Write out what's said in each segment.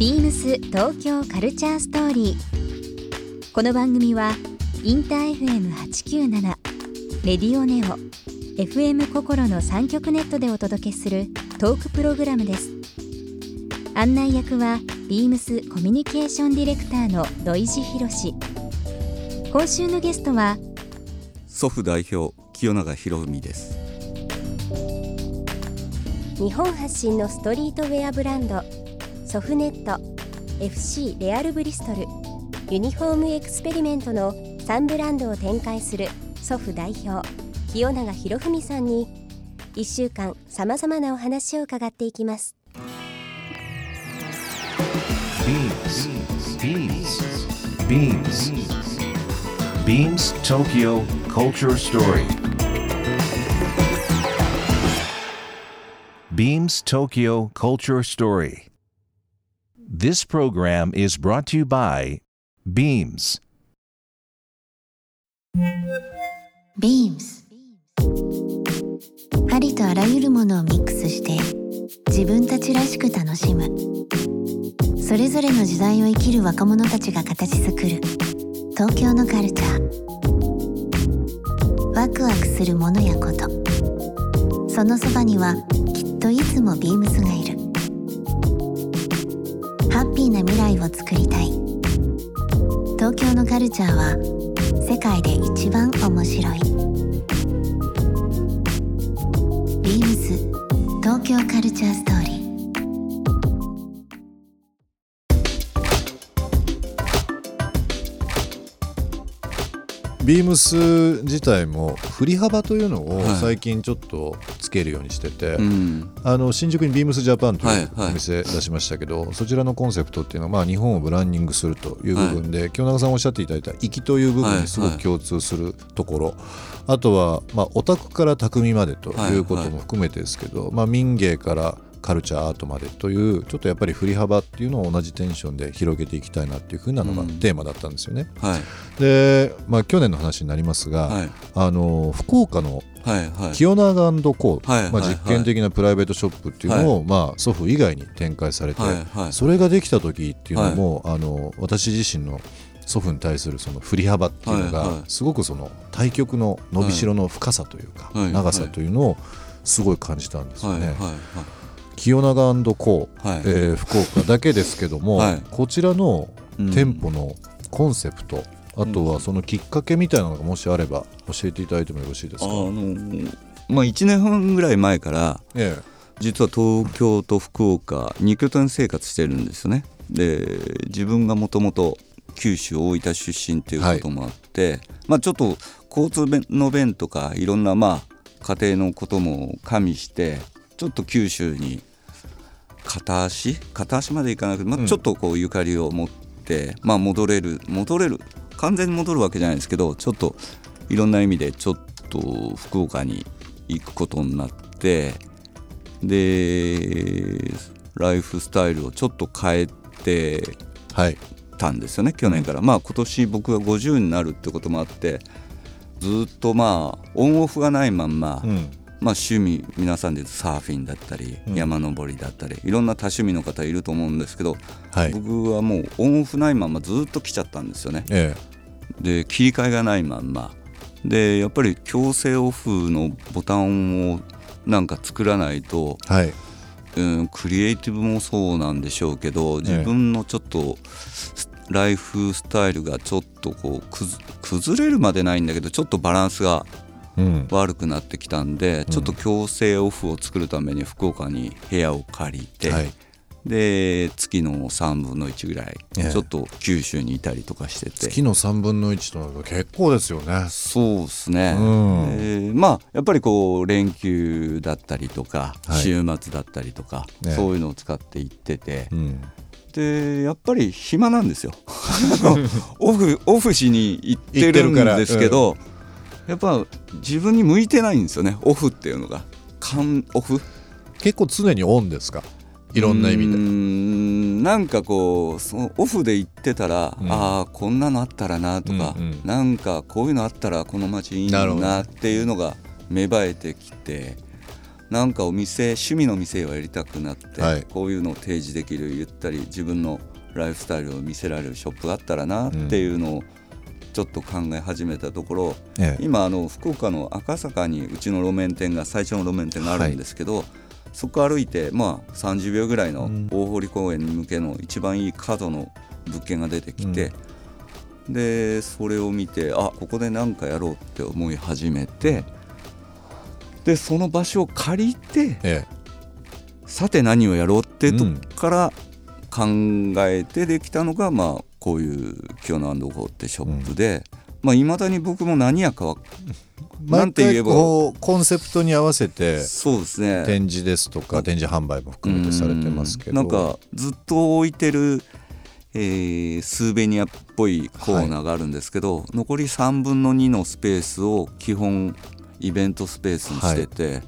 ビームス東京カルチャーストーリー。この番組はインター FM897 レディオネオ FM 心の3極ネットでお届けするトークプログラムです。案内役はビームスコミュニケーションディレクターの土井博志。今週のゲストは祖父代表清永博文です。 日本発信のストリートウェアブランドソフネット、FC レアルブリストル、ユニフォームエクスペリメントの3ブランドを展開する祖父代表清永博文さんに1週間さまざまなお話を伺っていきます。 Beams Tokyo Culture Story. Beams Tokyo Culture Story. This program is brought to you by Beams. Beams ありとあらゆるものをミックスして自分たちらしく楽しむ、それぞれの時代を生きる若者たちが形作る東京のカルチャー。ワクワクするものやこと、そのそばにはきっといつもビームスがいる。ハッピーな未来を作りたい。東京のカルチャーは世界で一番面白い。ビームス東京カルチャーストーリー。 ビームス自体も振り幅というのを最近ちょっとつけるようにしてて、新宿にビームスジャパンというお店出しましたけど、そちらのコンセプトっていうのは、日本をブランディングするという部分で、清永さんおっしゃっていただいた粋という部分にすごく共通するところ、あとは、オタクから匠までということも含めてですけど、民芸からカルチャーアートまでというちょっとやっぱり振り幅っていうのを同じテンションで広げていきたいなっていう風なのがテーマだったんですよね。で、去年の話になりますが、福岡の清永&コー、実験的なプライベートショップっていうのを、祖父以外に展開されて、それができた時っていうのも、私自身の祖父に対するその振り幅っていうのが、すごくその対極の伸びしろの深さというか、長さというのをすごい感じたんですよね。清永&コー、福岡だけですけども、こちらの店舗のコンセプト、あとはそのきっかけみたいなのがもしあれば教えていただいてもよろしいですか。 1年半ぐらい前から、実は東京と福岡2拠点生活してるんですよね。で、自分がもともと九州大分出身ということもあって、ちょっと交通の便とかいろんな家庭のことも加味してちょっと九州に片足までいかなくて、ちょっとこうゆかりを持って、戻れる完全に戻るわけじゃないですけど、ちょっといろんな意味でちょっと福岡に行くことになって、でライフスタイルをちょっと変えてたんですよね、去年から。今年僕が50になるってこともあって、ずっとオンオフがないまんま、趣味、皆さんでサーフィンだったり、山登りだったりいろんな多趣味の方いると思うんですけど、僕はもうオンオフないままずっと来ちゃったんですよね。で、切り替えがないまんまで、やっぱり強制オフのボタンをなんか作らないと、クリエイティブもそうなんでしょうけど、自分のちょっとライフスタイルがちょっとこう崩れるまでないんだけど、ちょっとバランスが悪くなってきたんで、ちょっと強制オフを作るために福岡に部屋を借りて、で月の3分の1ぐらいちょっと九州にいたりとかしてて、 月の3分の1となると結構ですよね。 そうですね。やっぱりこう連休だったりとか、週末だったりとか、そういうのを使って行ってて、でやっぱり暇なんですよオフしに行ってるんですけど、やっぱ自分に向いてないんですよね、オフっていうのが。オフ結構常にオンですか、いろんな意味で。 なんかこうそのオフで行ってたら、こんなのあったらなとか、なんかこういうのあったらこの街いいなっていうのが芽生えてきて、 なんか趣味の店をやりたくなって、 はい、 こういうのを提示できる、ゆったり自分のライフスタイルを見せられるショップがあったらなっていうのをちょっと考え始めたところ、今福岡の赤坂にうちの路面店が最初の路面店があるんですけど、そこ歩いて30秒ぐらいの大堀公園に向けの一番いい角の物件が出てきて、でそれを見てここで何かやろうって思い始めて、でその場所を借りて、さて何をやろうってとこから考えてできたのが、こういうキヨナ&ゴーってショップで、いまだに僕も何やかはなんて言えばコンセプトに合わせて、 そうですね、 展示ですとか展示販売も含めてされてますけど、 なんかずっと置いてる、スーベニアっぽいコーナーがあるんですけど、残り3分の2のスペースを基本イベントスペースにしてて、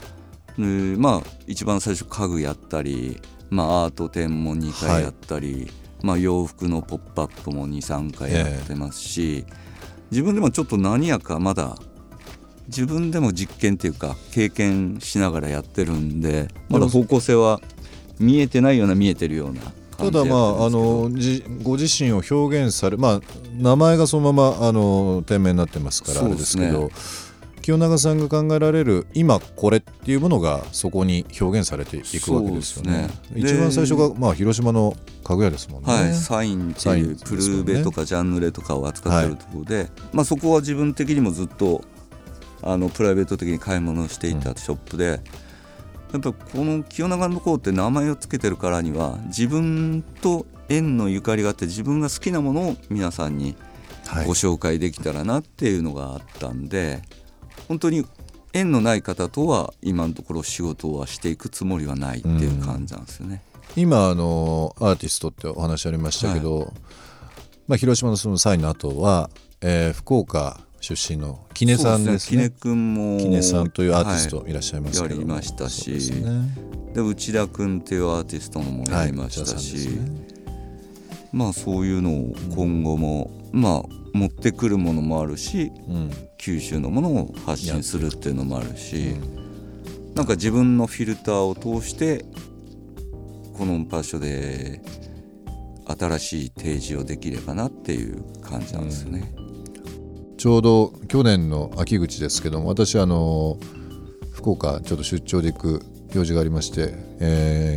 一番最初家具やったり、アート展も2回やったり、洋服のポップアップも 2,3 回やってますし、自分でもちょっと何やかまだ自分でも実験っていうか経験しながらやってるんで、まだ方向性は見えてないような見えてるような感じでやってるんですけど、 ご自身を表現され、名前がそのまま店名になってますからあれですけど、清永さんが考えられる今これっていうものがそこに表現されていくわけですよね。一番最初が広島の家具屋ですもんね。 サインっていうプルーベとかジャンヌレとかを扱ってるところで、そこは自分的にもずっとプライベート的に買い物をしていたショップで、やっぱこの清永のコーって名前をつけてるからには自分と縁のゆかりがあって、自分が好きなものを皆さんにご紹介できたらなっていうのがあったんで、本当に縁のない方とは今のところ仕事はしていくつもりはないっていう感じなんですよね。 今アーティストってお話ありましたけど、広島のそのサインの後は、福岡出身のキネさんですね。 キネ君もキネさんというアーティストいらっしゃいますけど、 やりましたし、で内田君っていうアーティストのもやりましたし、そういうのを今後も持ってくるものもあるし、九州のものを発信するっていうのもあるし、なんか自分のフィルターを通してこの場所で新しい提示をできればなっていう感じなんですよね。 ちょうど去年の秋口ですけども、私福岡ちょっと出張で行く用事がありまして、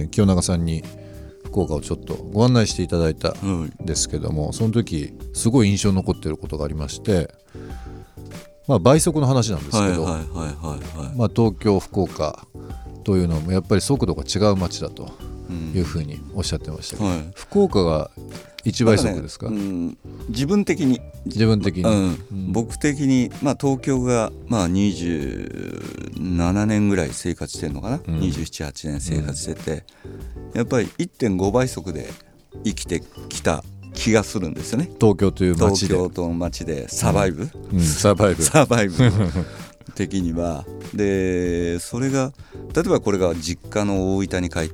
清永さんに福岡をちょっとご案内していただいたんですけども、その時すごい印象に残っていることがありまして、倍速の話なんですけど、東京福岡というのもやっぱり速度が違う街だというふうにおっしゃってましたけど、福岡が1倍速ですか？ 自分的に、僕的に、東京が27年ぐらい生活してるのかな、27、8年生活してて、やっぱり 1.5 倍速で生きてきた気がするんですよね。 東京という街で、 東京と街でサバイブ、 サバイブ的には。でそれが例えばこれが実家の大分に帰って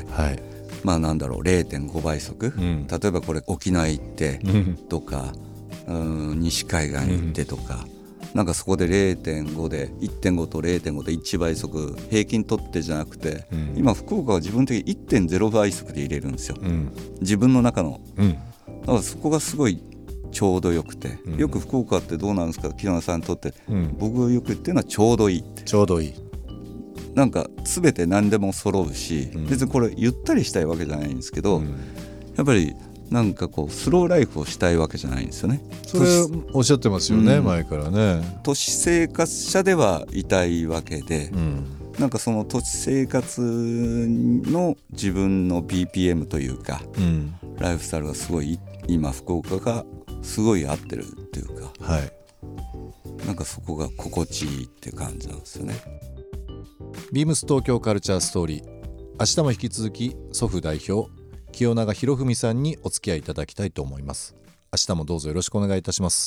、0.5 倍速、例えばこれ沖縄行ってとか、西海岸行ってとか、なんかそこで 0.5 で 1.5 と 0.5 で1倍速平均取ってじゃなくて、今福岡は自分的に 1.0 倍速で入れるんですよ、自分の中の、だからそこがすごいちょうどよくて、よく福岡ってどうなんですか、木野さんにとって、僕がよく言ってるのはちょうどいいって。 ちょうどいい、 なんか全て何でも揃うし、別にこれゆったりしたいわけじゃないんですけど、やっぱりなんかこうスローライフをしたいわけじゃないんですよね。 それおっしゃってますよね、前からね。 都市生活者ではいたいわけで、なんかその都市生活の自分の BPM というか、ライフスタイルがすごい今福岡がすごい合ってるっていうか、なんかそこが心地いいって感じなんですよね。 ビームス東京カルチャーストーリー、明日も引き続き祖父代表清永博文さんにお付き合いいただきたいと思います。明日もどうぞよろしくお願いいたします。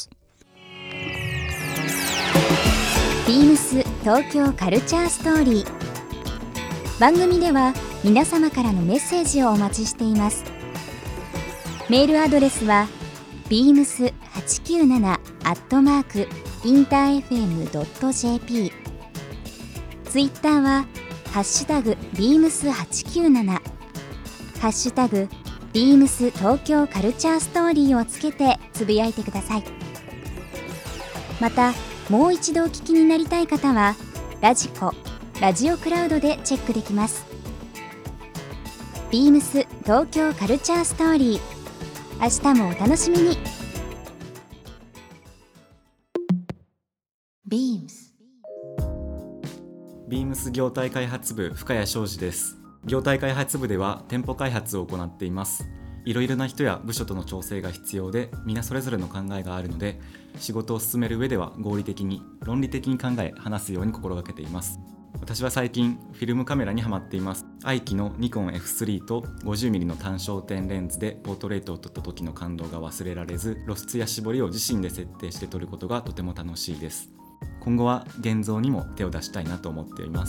ビームス東京カルチャーストーリー、番組では皆様からのメッセージをお待ちしています。メールアドレスは beams897@interfm.jp、ツイッターはハッシュタグビームス897、ハッシュタグビームス東京カルチャーストーリーをつけてつぶやいてください。またもう一度お聞きになりたい方はラジコ、ラジオクラウドでチェックできます。ビームス東京カルチャーストーリー、明日もお楽しみに。 ビームスビームス業態開発部深谷昌司です。業態開発部では店舗開発を行っています。いろいろな人や部署との調整が必要で、皆それぞれの考えがあるので、仕事を進める上では合理的に論理的に考え話すように心がけています。私は最近フィルムカメラにハマっています。愛機のニコン F3 と 50mm の単焦点レンズでポートレートを撮った時の感動が忘れられず、露出や絞りを自身で設定して撮ることがとても楽しいです。今後は現像にも手を出したいなと思っています。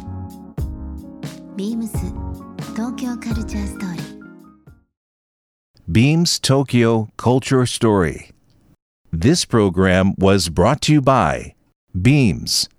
ビームス東京カルチャーストーリー。 Beams Tokyo Culture Story. This program was brought to you by Beams.